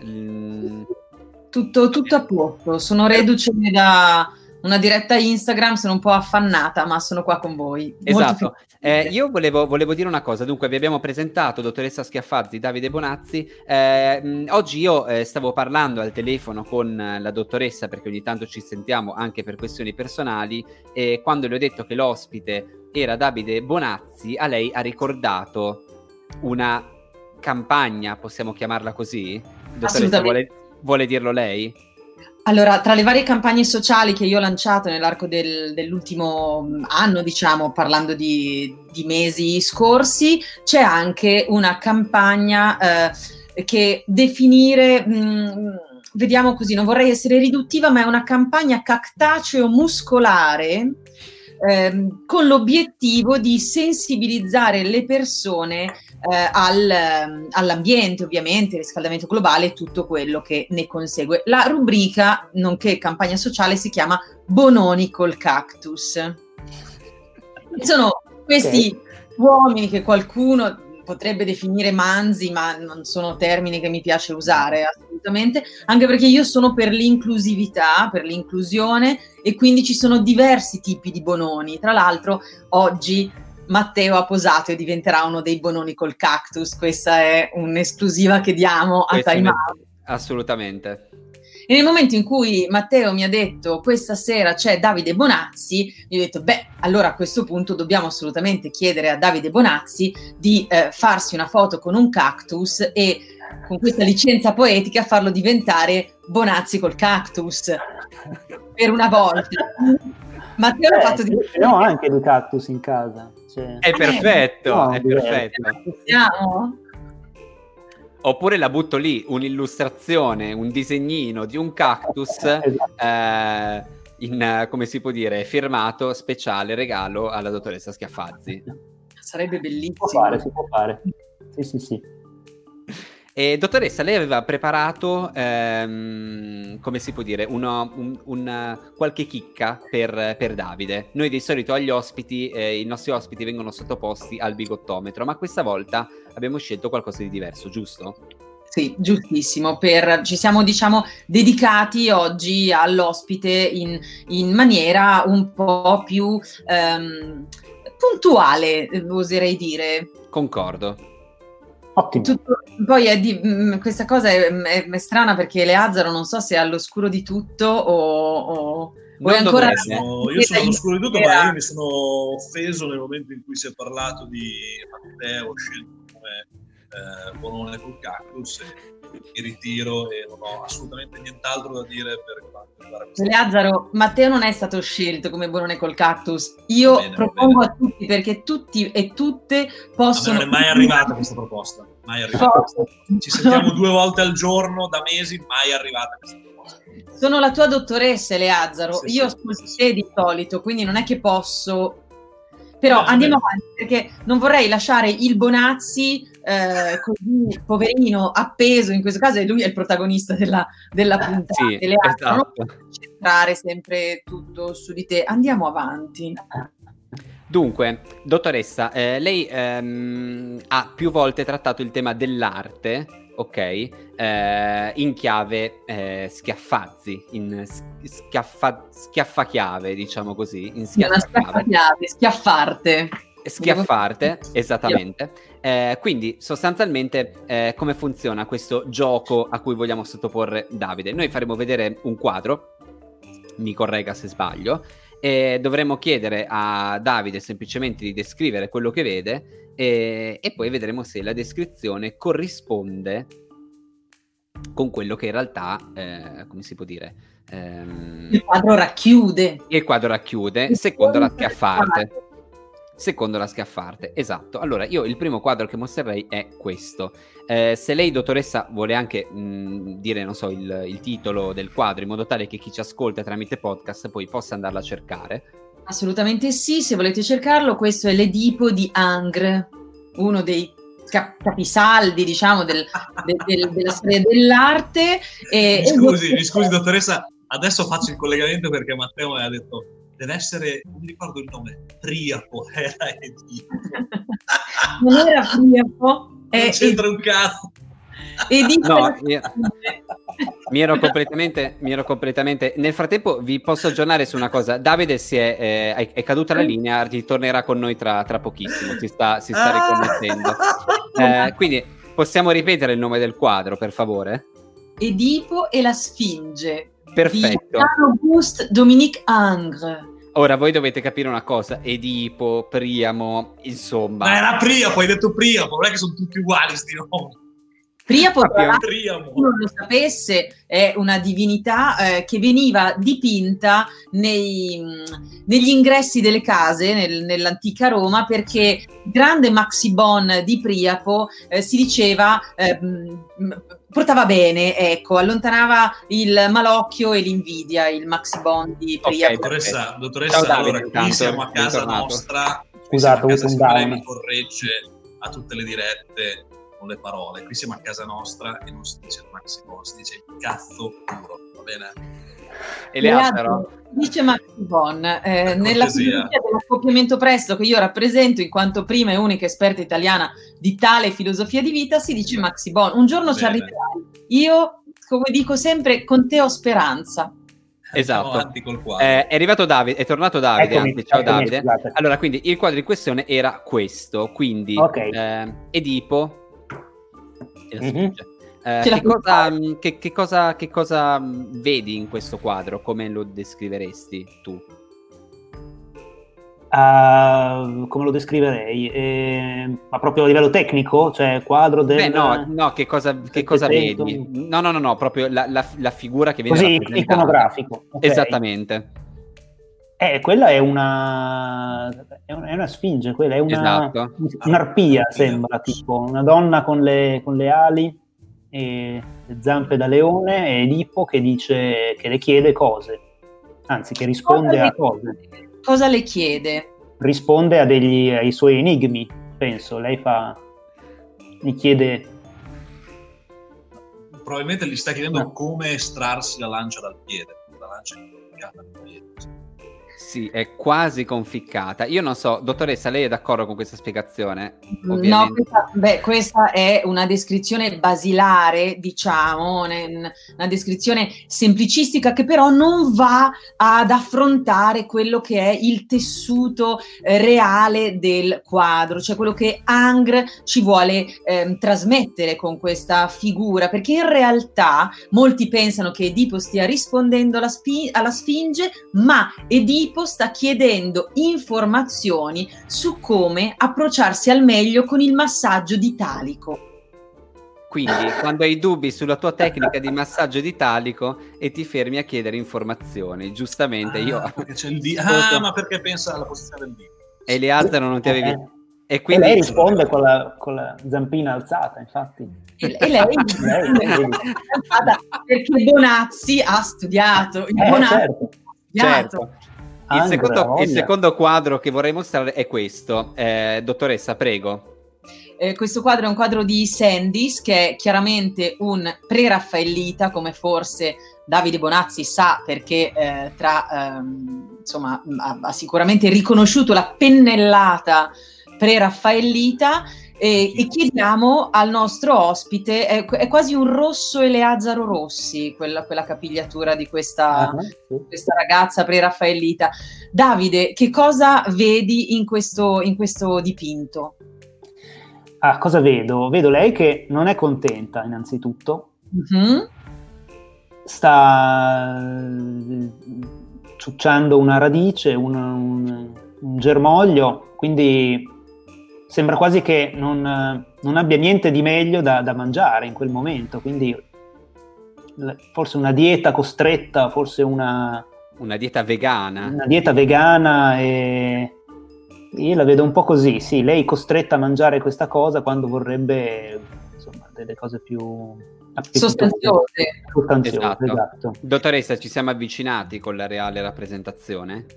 Tutto a posto. Sono reduce da una diretta Instagram, sono un po' affannata, ma sono qua con voi. Esatto. Io volevo dire una cosa. Dunque, vi abbiamo presentato dottoressa Schiaffazzi, Davide Bonazzi. Oggi io stavo parlando al telefono con la dottoressa, perché ogni tanto ci sentiamo anche per questioni personali, e quando le ho detto che l'ospite era Davide Bonazzi, a lei ha ricordato una campagna, possiamo chiamarla così? Dottoressa, vuole dirlo lei? Allora, tra le varie campagne sociali che io ho lanciato nell'arco dell'ultimo anno, diciamo, parlando di mesi scorsi, c'è anche una campagna che definire, vediamo così, non vorrei essere riduttiva, ma è una campagna cactaceo-muscolare con l'obiettivo di sensibilizzare le persone all'ambiente, ovviamente, riscaldamento globale e tutto quello che ne consegue. La rubrica, nonché campagna sociale, si chiama Bononi col cactus. Sono questi uomini che qualcuno potrebbe definire manzi, ma non sono termini che mi piace usare assolutamente, anche perché io sono per l'inclusività, per l'inclusione, e quindi ci sono diversi tipi di bononi. Tra l'altro oggi Matteo ha posato e diventerà uno dei bononi col cactus. Questa è un'esclusiva che diamo a Time Out. Assolutamente. E nel momento in cui Matteo mi ha detto questa sera c'è Davide Bonazzi, gli ho detto allora a questo punto dobbiamo assolutamente chiedere a Davide Bonazzi di farsi una foto con un cactus e con questa licenza poetica farlo diventare Bonazzi col cactus per una volta. Matteo l'ha fatto dire. No, anche di cactus in casa. Cioè... È perfetto, è perfetto. Siamo? Oppure la butto lì, un'illustrazione, un disegnino di un cactus in, come si può dire, firmato speciale regalo alla dottoressa Schiaffazzi. Sarebbe bellissimo. Si può fare. Sì. E dottoressa, lei aveva preparato, come si può dire, qualche chicca per Davide. Noi di solito agli ospiti, i nostri ospiti vengono sottoposti al bigottometro, ma questa volta abbiamo scelto qualcosa di diverso, giusto? Sì, giustissimo. Ci siamo, diciamo, dedicati oggi all'ospite in maniera un po' più puntuale, oserei dire. Concordo. Ottimo. Poi questa cosa è strana perché Eleazaro non so se è all'oscuro di tutto o è ancora... Io sono all'oscuro di tutto, ma io mi sono offeso nel momento in cui si è parlato di Matteo scelto come Bonone col cactus, mi ritiro e non ho assolutamente nient'altro da dire per quanto riguarda questo. Eleazaro, Matteo non è stato scelto come Bonone col cactus. Io propongo a tutti, perché tutti e tutte possono... A me non è mai arrivata questa proposta, mai arrivata. Ci sentiamo 2 volte al giorno da mesi, mai arrivata questa proposta. Sono la tua dottoressa, Eleazaro. Sì, io ascolto te di solito, quindi non è che posso... Però andiamo avanti, perché non vorrei lasciare il Bonazzi così poverino, appeso, in questo caso lui è il protagonista della puntata. Sì, Eleazaro, non centrare sempre tutto su di te. Andiamo avanti. Dunque, dottoressa, lei ha più volte trattato il tema dell'arte, ok? In chiave Schiaffazzi, in schiaffachiave, diciamo così, in schiaffachiave, schiaffarte, esattamente. Quindi sostanzialmente come funziona questo gioco a cui vogliamo sottoporre Davide? Noi faremo vedere un quadro, mi corregga se sbaglio, e dovremo chiedere a Davide semplicemente di descrivere quello che vede e poi vedremo se la descrizione corrisponde con quello che in realtà, come si può dire? Il quadro racchiude. Il quadro racchiude, secondo la Schiaffarte. Secondo la Schiaffarte, esatto. Allora, io il primo quadro che mostrerei è questo. Se lei, dottoressa, vuole anche dire, non so, il titolo del quadro, in modo tale che chi ci ascolta tramite podcast poi possa andarla a cercare. Assolutamente sì, se volete cercarlo, questo è l'Edipo di Ingres, uno dei capisaldi, diciamo, della storia dell'arte. Mi scusi, dottoressa, adesso faccio il collegamento perché Matteo mi ha detto deve essere, non mi ricordo il nome, Priapo, era Edipo. Non era Priapo? Non c'entra un cazzo. Edipo. No, mi ero completamente... Nel frattempo vi posso aggiornare su una cosa. Davide è caduta la linea, ritornerà con noi tra pochissimo, si sta riconnettendo. Quindi possiamo ripetere il nome del quadro, per favore? Edipo e la Sfinge. Perfetto. Di Jean-Auguste Dominique Ingres. Ora voi dovete capire una cosa: Edipo, Priamo, insomma. Ma era Priapo, hai detto Priapo, non è che sono tutti uguali sti nomi. Priapo, Priamo. chi non lo sapesse, è una divinità che veniva dipinta negli ingressi delle case nell'antica Roma, perché il grande Maxibon di Priapo si diceva portava bene, ecco, allontanava il malocchio e l'invidia, il Maxibon di Priapo. Dottoressa, ciao, Davide, allora qui siamo a casa nostra. Scusate, lei mi corregge a tutte le dirette con le parole. Qui siamo a casa nostra e non si dice il Maxibon, si dice il cazzo puro, va bene? Eleazaro dice Maxibon nella filosofia dell'accoppiamento presto, che io rappresento in quanto prima e unica esperta italiana di tale filosofia di vita, si dice Maxibon. Un giorno ci arriverai. Io, come dico sempre, con te ho speranza. Esatto. È arrivato Davide, è tornato Davide. Eccomi, ciao Davide. Scusate. Allora, quindi il quadro in questione era questo, quindi Edipo e la Sfinge. Che cosa vedi in questo quadro? Come lo descriveresti tu? Come lo descriverei? Ma proprio a livello tecnico? Cioè quadro del... no, che cosa vedi? No, proprio la figura che viene così, rappresentata. iconografico. Okay. Esattamente. Quella è una sfinge, quella è Esatto. un'arpia, sembra, tipo una donna con le ali. e le zampe da leone e Edipo che dice che le chiede cose, anzi che risponde a cose. Cosa le chiede? Risponde ai suoi enigmi, penso. Lei gli chiede... Probabilmente gli sta chiedendo come estrarsi la lancia dal piede. La lancia è conficcata dal piede. Sì, è quasi conficcata. Io non so, dottoressa, lei è d'accordo con questa spiegazione? No, questa è una descrizione basilare, diciamo, una descrizione semplicistica che però non va ad affrontare quello che è il tessuto reale del quadro, cioè quello che Ingres ci vuole trasmettere con questa figura, perché in realtà molti pensano che Edipo stia rispondendo alla Sfinge, ma Edipo sta chiedendo informazioni su come approcciarsi al meglio con il massaggio ditalico. Quindi, quando hai dubbi sulla tua tecnica di massaggio ditalico e ti fermi a chiedere informazioni, giustamente perché c'è il ma perché pensa alla posizione del dito. E le alzano, non ti avevi... E quindi... lei risponde con la zampina alzata, infatti. E lei perché Bonazzi ha studiato. Certo. Il secondo quadro che vorrei mostrare è questo. Dottoressa, prego. Questo quadro è un quadro di Sandys, che è chiaramente un pre-raffaellita, come forse Davide Bonazzi sa, perché insomma, ha sicuramente riconosciuto la pennellata pre-raffaellita. E chiediamo al nostro ospite, è quasi un Rosso Eleazaro Rossi, quella capigliatura di questa ragazza pre-raffaellita. Davide, che cosa vedi in questo dipinto? Cosa vedo? Vedo lei che non è contenta, innanzitutto. Mm-hmm. Sta ciucciando una radice, un germoglio, quindi sembra quasi che non abbia niente di meglio da mangiare in quel momento, quindi forse una dieta costretta, forse una dieta vegana. Una dieta vegana, e io la vedo un po' così, sì, lei costretta a mangiare questa cosa quando vorrebbe, insomma, delle cose più sostanziose. Esatto. Dottoressa, ci siamo avvicinati con la reale rappresentazione?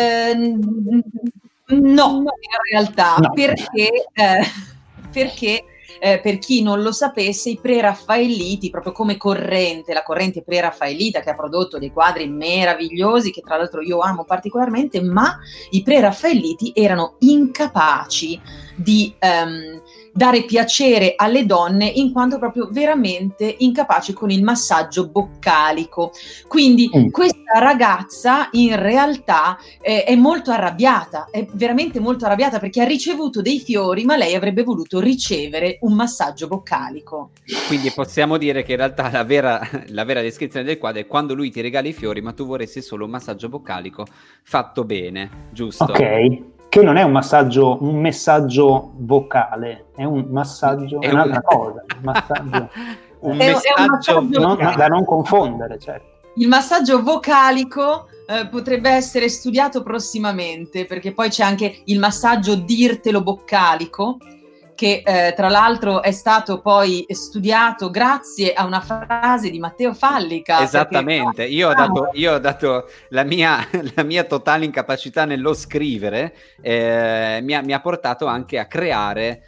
No, in realtà, no. perché per chi non lo sapesse, i pre-raffaelliti, proprio come la corrente pre-raffaellita che ha prodotto dei quadri meravigliosi, che tra l'altro io amo particolarmente, ma i pre-raffaelliti erano incapaci di dare piacere alle donne, in quanto proprio veramente incapaci con il massaggio boccalico. Quindi questa ragazza in realtà è molto arrabbiata, è veramente molto arrabbiata, perché ha ricevuto dei fiori, ma lei avrebbe voluto ricevere un massaggio boccalico. Quindi possiamo dire che in realtà la vera descrizione del quadro è quando lui ti regala i fiori, ma tu vorresti solo un massaggio boccalico fatto bene, giusto? Ok. Che non è un messaggio vocale, è un massaggio, è un'altra cosa. Un messaggio da non confondere, certo. Il massaggio vocalico potrebbe essere studiato prossimamente, perché poi c'è anche il massaggio dirtelo boccalico, che tra l'altro è stato poi studiato grazie a una frase di Matteo Fallica. Esattamente, io ho dato la mia totale incapacità nello scrivere, mi ha portato anche a creare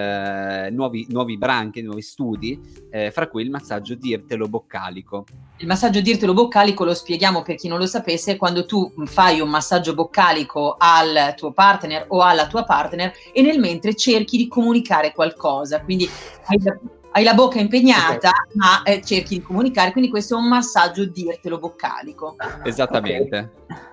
nuovi branchi, nuovi studi, fra cui il massaggio dirtelo boccalico. Il massaggio dirtelo boccalico, lo spieghiamo per chi non lo sapesse: quando tu fai un massaggio boccalico al tuo partner o alla tua partner e nel mentre cerchi di comunicare qualcosa, quindi hai la bocca impegnata, ma cerchi di comunicare, quindi questo è un massaggio dirtelo boccalico. Esattamente.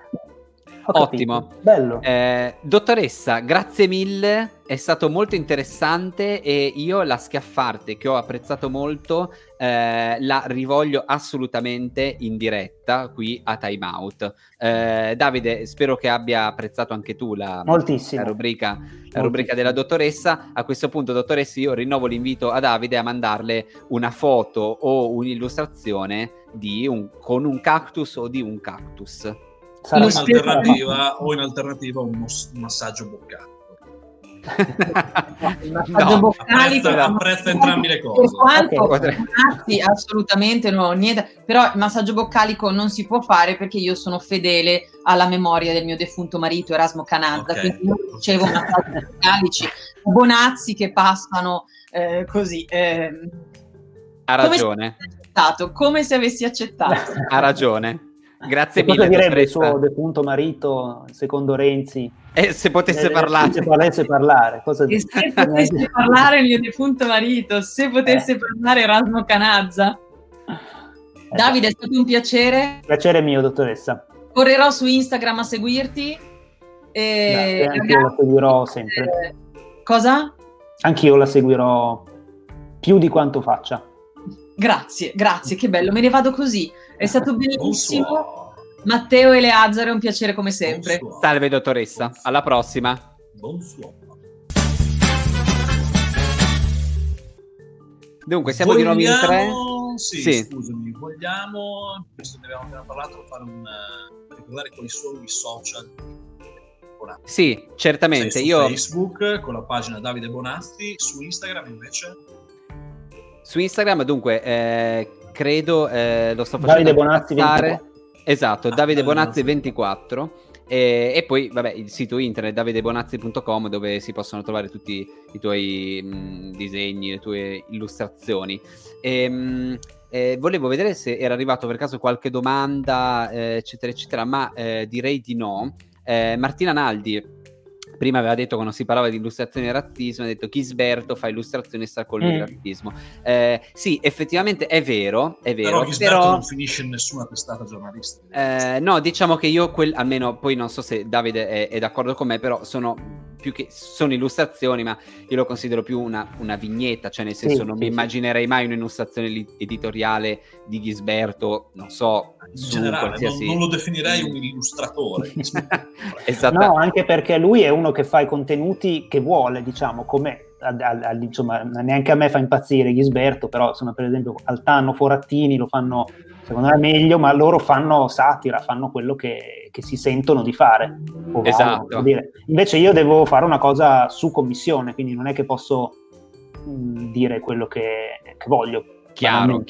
Ottimo, bello. Dottoressa, grazie mille, è stato molto interessante e io la schiaffarte che ho apprezzato molto la rivoglio assolutamente in diretta qui a Time Out. Davide, spero che abbia apprezzato anche tu la rubrica della dottoressa. A questo punto, dottoressa, io rinnovo l'invito a Davide a mandarle una foto o un'illustrazione con un cactus o di un cactus. In alternativa un massaggio boccalico. Il massaggio boccalico apprezza entrambi le cose. Per quanto assolutamente no, niente, però il massaggio boccalico non si può fare perché io sono fedele alla memoria del mio defunto marito Erasmo Canazza, quindi io ricevo massaggi boccalici Bonazzi che passano così. Ha ragione. Come se avessi accettato. Ha ragione. Grazie mille. Cosa direbbe il suo defunto marito, secondo Renzi? Se potesse parlare. Se potesse parlare. Se potesse parlare il mio defunto marito, se potesse parlare Erasmo Canazza. Davide, è stato un piacere. Piacere mio, dottoressa. Correrò su Instagram a seguirti. Anch'io la seguirò sempre. Cosa? Anch'io la seguirò più di quanto faccia. Grazie, che bello, me ne vado così. È stato bellissimo. Matteo Eleazaro, è un piacere come sempre. Salve dottoressa, alla prossima. Dunque, siamo di nuovo in 3. Sì, scusami, vogliamo, visto che ne abbiamo appena parlato, ricordare quali sono i social. Sì, certamente. Sei su Facebook con la pagina Davide Bonazzi, su Instagram invece? Su Instagram, dunque, credo lo sto facendo. Davide Bonazzi 24. Esatto, Davide Bonazzi 24. E poi, vabbè, il sito internet davidebonazzi.com, dove si possono trovare tutti i tuoi disegni, le tue illustrazioni. Volevo vedere se era arrivato per caso qualche domanda, eccetera, eccetera, ma direi di no. Martina Naldi prima aveva detto, quando si parlava di illustrazione e razzismo, ha detto Ghisberto fa illustrazione e sta col razzismo. Sì, effettivamente è vero. Però Ghisberto non finisce in nessuna testata giornalistica. No, diciamo che io almeno, poi non so se Davide è d'accordo con me, però sono illustrazioni, ma io lo considero più una vignetta, cioè nel senso mi immaginerei mai un'illustrazione editoriale di Ghisberto, non so, in generale, non lo definirei un illustratore. Esatto. No, anche perché lui è uno che fa i contenuti che vuole, diciamo, come insomma, neanche a me fa impazzire Ghisberto, però insomma, per esempio Altano, Forattini lo fanno secondo me meglio, ma loro fanno satira, fanno quello che si sentono di fare. Esatto. Dire. Invece io devo fare una cosa su commissione, quindi non è che posso dire quello che voglio. Chiaro.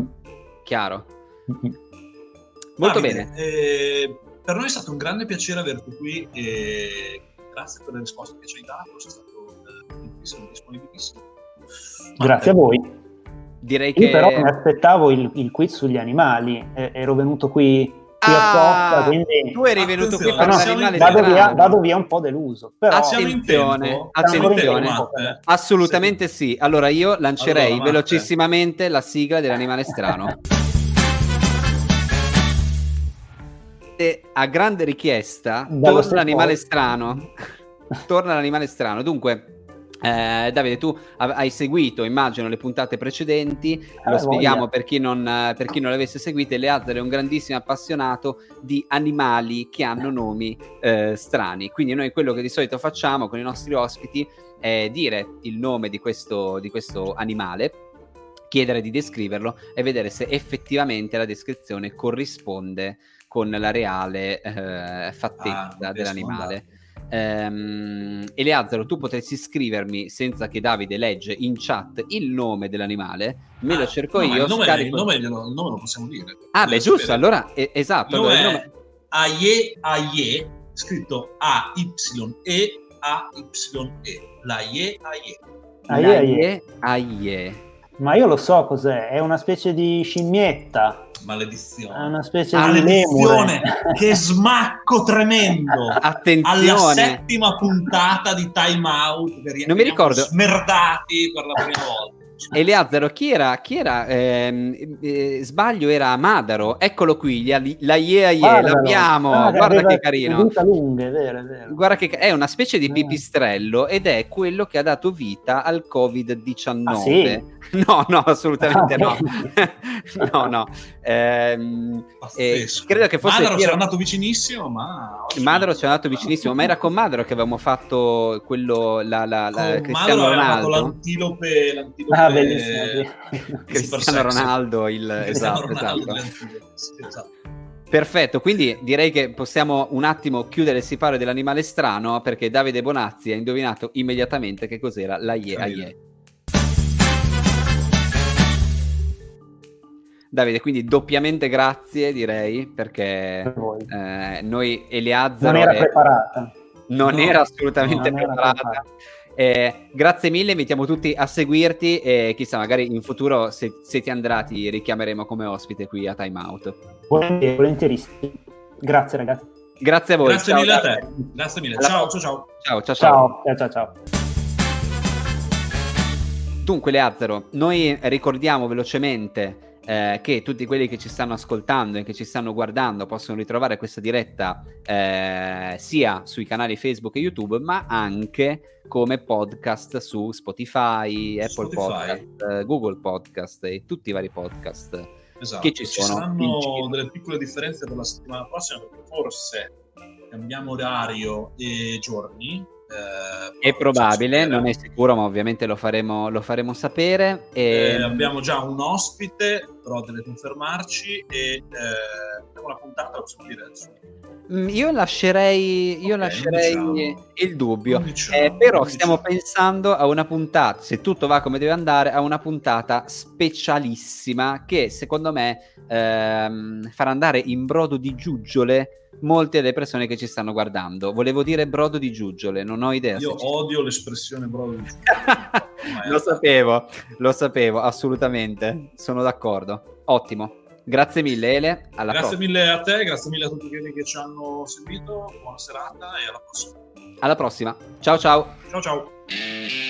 Molto Davide, bene. Per noi è stato un grande piacere averti qui e grazie per le risposte che ci hai dato, sei stato disponibilissimo. Grazie a voi. Direi Io che però mi aspettavo il quiz sugli animali, ero venuto qui apposta, quindi tu eri venuto qui per l'animale vado via un po' deluso, però attenzione, assolutamente sì. Allora io lancerei velocissimamente la sigla dell'animale strano. E a grande richiesta torna l'animale strano. Dunque Davide, tu hai seguito, immagino, le puntate precedenti, lo spieghiamo per chi non le avesse seguite. Eleazaro è un grandissimo appassionato di animali che hanno nomi strani, quindi noi quello che di solito facciamo con i nostri ospiti è dire il nome di questo animale, chiedere di descriverlo e vedere se effettivamente la descrizione corrisponde con la reale fattezza dell'animale. Eleazaro, tu potresti scrivermi, senza che Davide legge in chat, il nome dell'animale, me lo cerco io. Il nome lo possiamo dire. Giusto, allora esatto. Il nome è Aye, scritto A-Y-E, Aye. Ma io lo so cos'è, è una specie di scimmietta. Maledizione. È una specie di lemure. Che smacco tremendo. Attenzione. Alla settima puntata di Time Out, non mi ricordo, smerdati per la prima volta. Eleazaro, chi era sbaglio, era Madaro, eccolo qui, l'abbiamo, guarda che carino, lunghe, vero. Guarda che è una specie di pipistrello ed è quello che ha dato vita al Covid-19. Ah, sì? No, assolutamente no. Credo che fosse Madaro ci è andato vicinissimo, ma era con Madaro che avevamo fatto quello Cristiano Ronaldo, l'antilope bellissimo, sì. Cristiano Ronaldo, esatto. Perfetto, quindi direi che possiamo un attimo chiudere il sipario dell'animale strano, perché Davide Bonazzi ha indovinato immediatamente che cos'era la Aie. Davide, quindi doppiamente grazie, direi, perché noi Eleazaro non era preparata. Non era assolutamente preparata. Grazie mille, invitiamo tutti a seguirti e chissà, magari in futuro se ti andrà ti richiameremo come ospite qui a Time Out. Volentierissimo. Grazie ragazzi. Grazie a voi. Grazie mille a te. Grazie mille. Ciao. Dunque Eleazaro, noi ricordiamo velocemente che tutti quelli che ci stanno ascoltando e che ci stanno guardando possono ritrovare questa diretta sia sui canali Facebook e YouTube, ma anche come podcast su Spotify, Apple Podcast, Google Podcast e tutti i vari podcast. Esatto. Che ci saranno delle piccole differenze per la settimana prossima, perché forse cambiamo orario e giorni. È probabile, non è sicuro, ma ovviamente lo faremo sapere. Abbiamo già un ospite, però deve confermarci, e abbiamo la puntata, lo possiamo dire adesso. Io lascerei il dubbio, però stiamo pensando a una puntata, se tutto va come deve andare, a una puntata specialissima che secondo me farà andare in brodo di giuggiole molte delle persone che ci stanno guardando. Volevo dire brodo di giuggiole, non ho idea. Io odio l'espressione brodo di giuggiole. Lo sapevo, assolutamente, sono d'accordo. Ottimo. Grazie mille Ele, grazie mille a te, grazie mille a tutti quelli che ci hanno seguito, buona serata e alla prossima. Alla prossima, ciao. Ciao.